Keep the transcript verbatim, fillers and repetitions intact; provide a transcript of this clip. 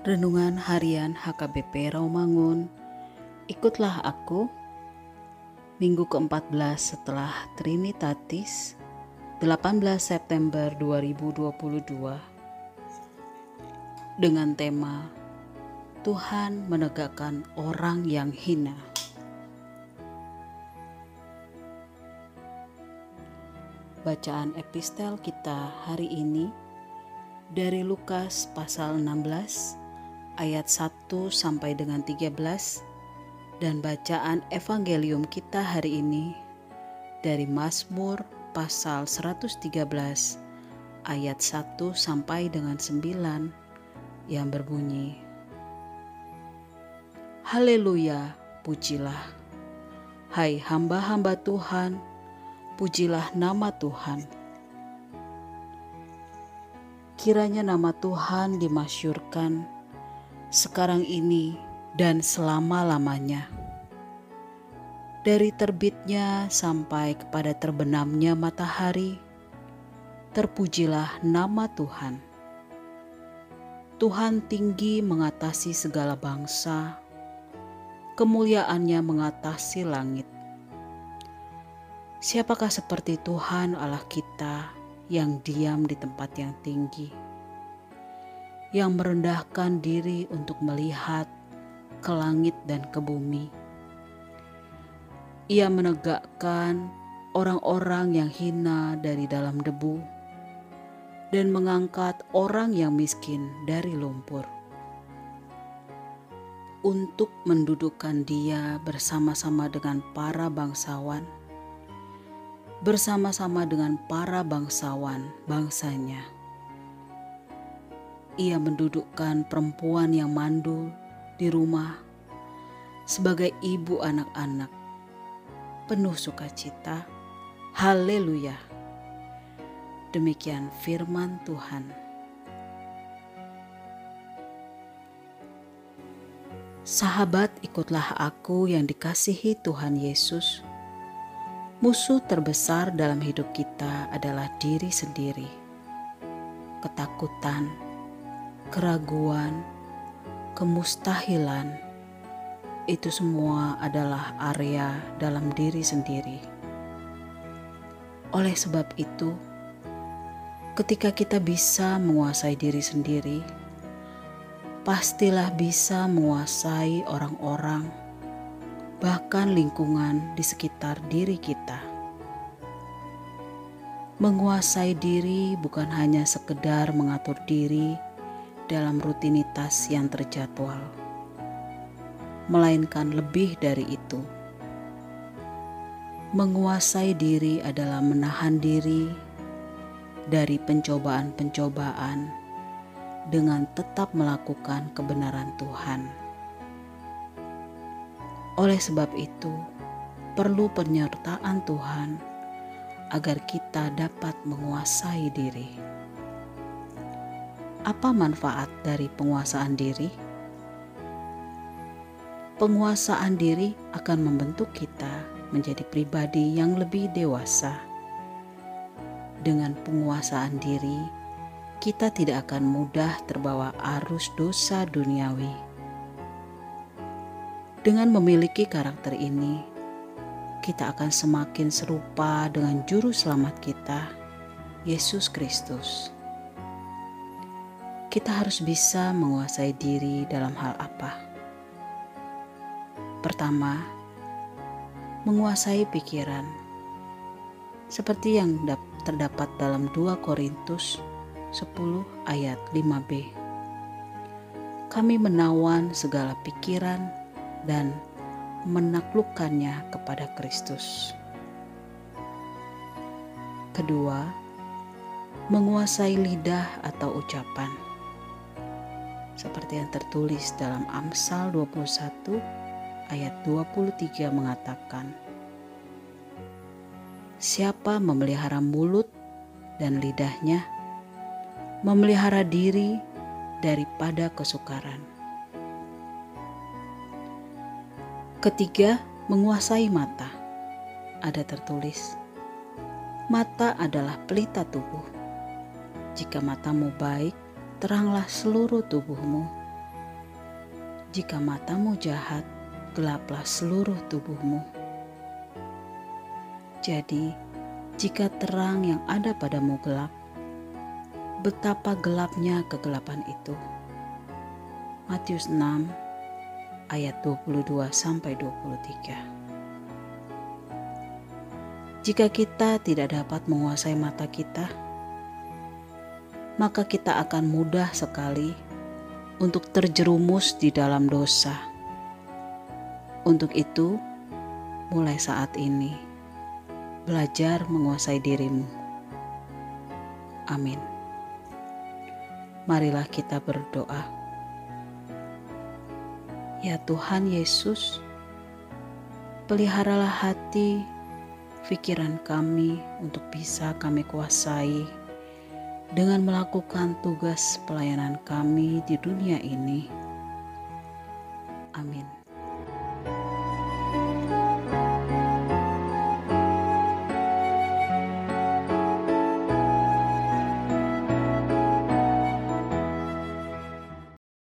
Renungan Harian H K B P Rawamangun. Ikutlah aku. Minggu keempat belas setelah Trinitatis, delapan belas September dua ribu dua puluh dua. Dengan tema Tuhan menegakkan orang yang hina. Bacaan epistel kita hari ini dari Lukas pasal enam belas ayat satu sampai dengan tiga belas, dan bacaan evangelium kita hari ini dari Mazmur pasal seratus tiga belas ayat satu sampai dengan sembilan yang berbunyi, Haleluya, pujilah, hai hamba-hamba Tuhan, pujilah nama Tuhan. Kiranya nama Tuhan dimasyurkan sekarang ini dan selama-lamanya. Dari terbitnya sampai kepada terbenamnya matahari, terpujilah nama Tuhan. Tuhan tinggi mengatasi segala bangsa, kemuliaannya mengatasi langit. Siapakah seperti Tuhan Allah kita yang diam di tempat yang tinggi, yang merendahkan diri untuk melihat ke langit dan ke bumi. Ia menegakkan orang-orang yang hina dari dalam debu dan mengangkat orang yang miskin dari lumpur, untuk mendudukkan dia bersama-sama dengan para bangsawan, bersama-sama dengan para bangsawan bangsanya. Ia mendudukkan perempuan yang mandul di rumah sebagai ibu anak-anak, penuh sukacita. Haleluya. Demikian firman Tuhan. Sahabat, ikutlah aku yang dikasihi Tuhan Yesus. Musuh terbesar dalam hidup kita adalah diri sendiri. Ketakutan, keraguan, kemustahilan, itu semua adalah area dalam diri sendiri. Oleh sebab itu, ketika kita bisa menguasai diri sendiri, pastilah bisa menguasai orang-orang, bahkan lingkungan di sekitar diri kita. Menguasai diri bukan hanya sekedar mengatur diri dalam rutinitas yang terjadwal, melainkan lebih dari itu. Menguasai diri adalah menahan diri dari pencobaan-pencobaan dengan tetap melakukan kebenaran Tuhan. Oleh sebab itu, perlu penyertaan Tuhan agar kita dapat menguasai diri. Apa manfaat dari penguasaan diri? Penguasaan diri akan membentuk kita menjadi pribadi yang lebih dewasa. Dengan penguasaan diri, kita tidak akan mudah terbawa arus dosa duniawi. Dengan memiliki karakter ini, kita akan semakin serupa dengan Juru Selamat kita, Yesus Kristus. Kita harus bisa menguasai diri dalam hal apa? Pertama, menguasai pikiran. Seperti yang terdapat dalam dua Korintus sepuluh ayat lima b. Kami menawan segala pikiran dan menaklukkannya kepada Kristus. Kedua, menguasai lidah atau ucapan. Seperti yang tertulis dalam Amsal dua puluh satu ayat dua puluh tiga mengatakan, siapa memelihara mulut dan lidahnya, memelihara diri daripada kesukaran. Ketiga, menguasai mata. Ada tertulis, mata adalah pelita tubuh. Jika matamu baik, teranglah seluruh tubuhmu. Jika matamu jahat, gelaplah seluruh tubuhmu. Jadi, jika terang yang ada padamu gelap, betapa gelapnya kegelapan itu. Matius enam ayat dua puluh dua sampai dua puluh tiga. Jika kita tidak dapat menguasai mata kita, maka kita akan mudah sekali untuk terjerumus di dalam dosa. Untuk itu, mulai saat ini, belajar menguasai dirimu. Amin. Marilah kita berdoa. Ya Tuhan Yesus, peliharalah hati, pikiran kami untuk bisa kami kuasai dengan melakukan tugas pelayanan kami di dunia ini. Amin.